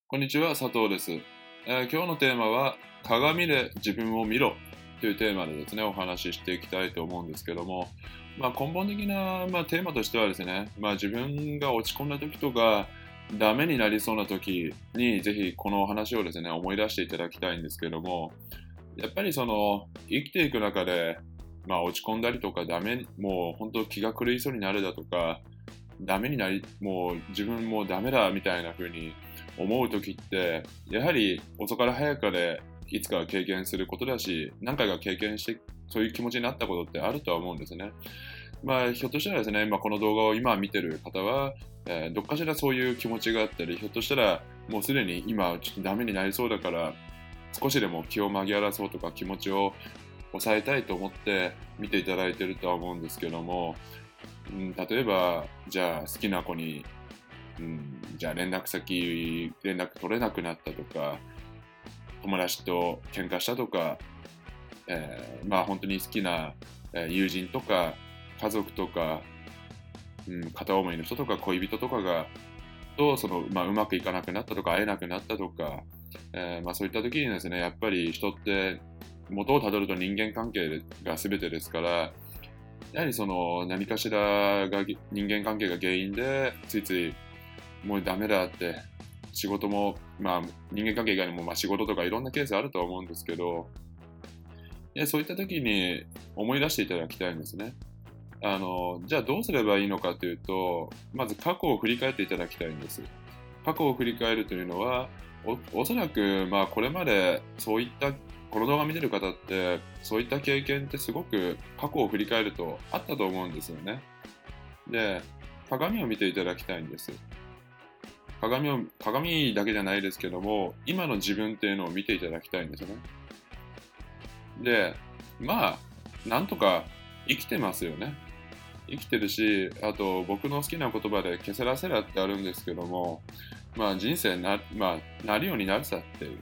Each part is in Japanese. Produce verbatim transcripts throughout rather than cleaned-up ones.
こんにちは、佐藤です。えー今日のテーマは、鏡で自分を見ろというテーマでですね、お話ししていきたいと思うんですけども、まあ、根本的な、まあ、テーマとしてはですね、まあ、自分が落ち込んだ時とか、ダメになりそうな時に、ぜひこの話をですね、思い出していただきたいんですけども、やっぱりその、生きていく中で、まあ、落ち込んだりとか、ダメ、もう本当気が狂いそうになるだとか、ダメになり、もう自分もうダメだみたいな風に思う時って、やはり遅かれ早かれいつかは経験することだし、何回か経験して、そういう気持ちになったことってあるとは思うんですね。まあ、ひょっとしたらですね、まあ、この動画を今見てる方は、えーどっかしらそういう気持ちがあったり、ひょっとしたらもうすでに今ちょっとダメになりそうだから、少しでも気を紛らわそうとか気持ちを抑えたいと思って見ていただいてるとは思うんですけども、うん、例えば、じゃあ好きな子に、うん、じゃあ連絡先、連絡取れなくなったとか、友達と喧嘩したとか、えーまあ本当に好きな、えー友人とか、家族とか、うん、片思いの人とか恋人とかが、とその、まあ、うまくいかなくなったとか、会えなくなったとか、えーまあ、そういった時にですね、やっぱり人って元をたどると人間関係が全てですから、やはりその何かしらが人間関係が原因でついついもうダメだって仕事もまあ人間関係以外にもまあ仕事とかいろんなケースあるとは思うんですけど、いやそういった時に思い出していただきたいんですね。あのじゃあどうすればいいのかというと、まず過去を振り返っていただきたいんです。過去を振り返るというのは、おおそらく、まあ、これまでそういったこの動画見てる方ってそういった経験ってすごく過去を振り返るとあったと思うんですよね。で、鏡を見ていただきたいんです。鏡を鏡だけじゃないですけども、今の自分っていうのを見ていただきたいんですよね。で、まあ、なんとか生きてますよね。生きてるし、あと僕の好きな言葉でケセラセラってあるんですけども、まあ人生な、まあ、なるようになるさっていう。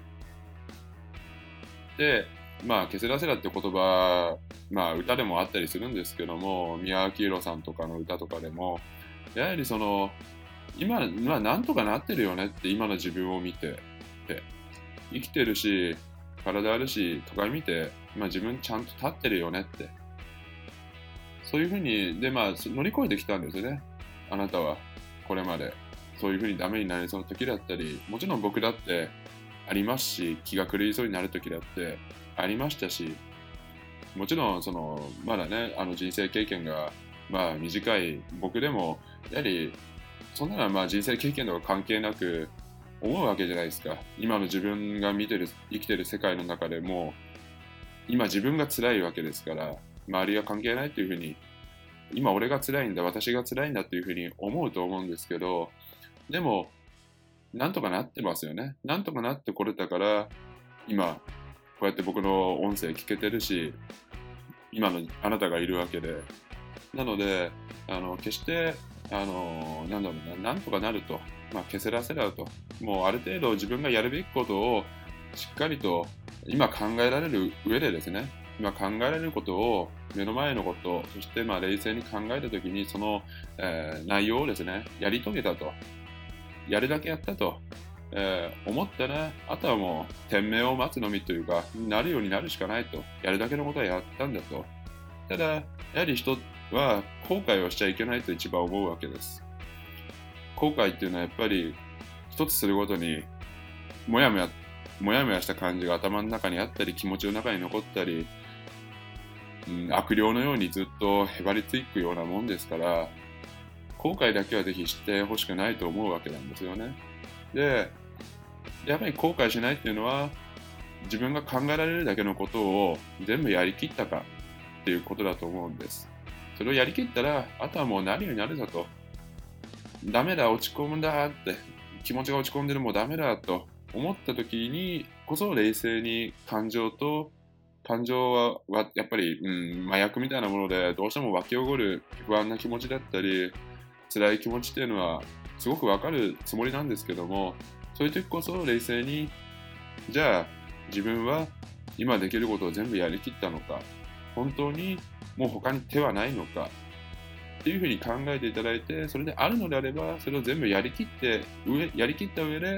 で、まあ、ケセラセラって言葉、まあ歌でもあったりするんですけども、宮脇宏さんとかの歌とかでも、やはりその、今、まあなんとかなってるよねって今の自分を見て、で生きてるし、体あるし、鏡見て、まあ自分ちゃんと立ってるよねって。そういうふうに、で、まあ乗り越えてきたんですよね。あなたは、これまで。そういうふうにダメになりそうな時だったり、もちろん僕だってありますし、気が狂いそうになる時だってありましたし、もちろん、その、まだね、あの人生経験が、まあ短い僕でも、やはり、そんなのはまあ人生経験とか関係なく思うわけじゃないですか。今の自分が見てる、生きてる世界の中でも、今自分が辛いわけですから、周りは関係ないというふうに、今俺が辛いんだ、私が辛いんだというふうに思うと思うんですけど、でも、なんとかなってますよね。なんとかなってこれたから、今、こうやって僕の音声聞けてるし、今のあなたがいるわけで。なので、あの決して、あのなんだろうな、なんとかなると、まあ、ケセラセラと、もうある程度自分がやるべきことをしっかりと、今考えられる上でですね、今考えられることを、目の前のこと、そしてまあ冷静に考えたときに、その、えー内容をですね、やり遂げたと。やるだけやったと、えー思ったら、あとはもう天命を待つのみというか、なるようになるしかないと。やるだけのことはやったんだと。ただ、やはり人は後悔をしちゃいけないと一番思うわけです。後悔っていうのはやっぱり一つするごとにもやもや、もやもやした感じが頭の中にあったり、気持ちの中に残ったり、うん、悪霊のようにずっとへばりつくようなもんですから、後悔だけはぜひ知ってほしくないと思うわけなんですよね。で、やっぱり後悔しないっていうのは、自分が考えられるだけのことを全部やりきったかっていうことだと思うんです。それをやりきったら、あとはもうなるようになるぞと。ダメだ、落ち込むんだって、気持ちが落ち込んでる、もうダメだと思った時にこそ冷静に感情と、感情ははやっぱり、うん、麻薬みたいなもので、どうしても湧き起こる不安な気持ちだったり、辛い気持ちっていうのはすごくわかるつもりなんですけども、そういう時こそ冷静に、じゃあ自分は今できることを全部やりきったのか、本当にもう他に手はないのかっていうふうに考えていただいて、それであるのであれば、それを全部やりきって、上やりきった上で、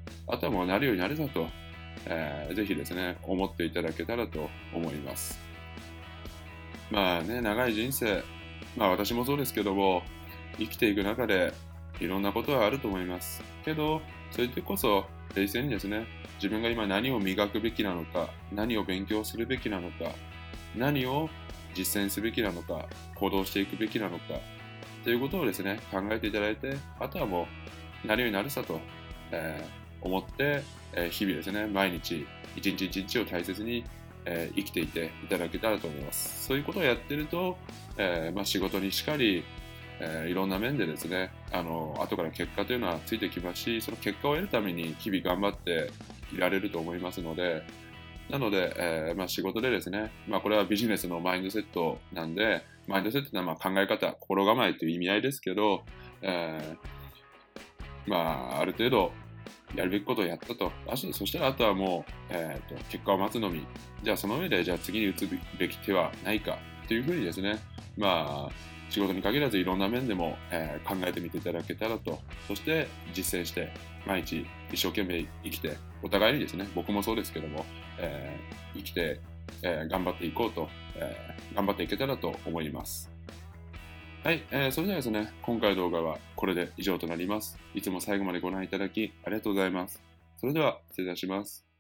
あとはもうなるようになるぞと、えー、ぜひですね、思っていただけたらと思います。まあね、長い人生、まあ私もそうですけども、生きていく中でいろんなことはあると思います。けど、それでこそ冷静にですね、自分が今何を磨くべきなのか、何を勉強するべきなのか、何を実践すべきなのか、行動していくべきなのか、ということをですね、考えていただいて、あとはもう、なるようになるさと、えー思って、えー日々ですね、毎日、一日一日を大切に、えー生きていていただけたらと思います。そういうことをやってると、えーまあ、仕事にしかり、えーいろんな面でですね、あの後から結果というのはついてきますし、その結果を得るために日々頑張っていられると思いますので、なので、えーまあ、仕事でですね、まあ、これはビジネスのマインドセットなんで、マインドセットというのはまあ考え方、心構えという意味合いですけど、えーまあ、ある程度やるべきことをやったと。あそそしたらあとはもう、えーと、結果を待つのみ。じゃあその上で、じゃあ次に打つべき手はないかというふうにですね、まあ、仕事に限らずいろんな面でも、えー考えてみていただけたらと。そして実践して、毎日一生懸命生きて、お互いにですね、僕もそうですけども、えー生きて、えー頑張っていこうと、えー頑張っていけたらと思います。はい、えーそれではですね、今回の動画はこれで以上となります。いつも最後までご覧いただきありがとうございます。それでは失礼いたします。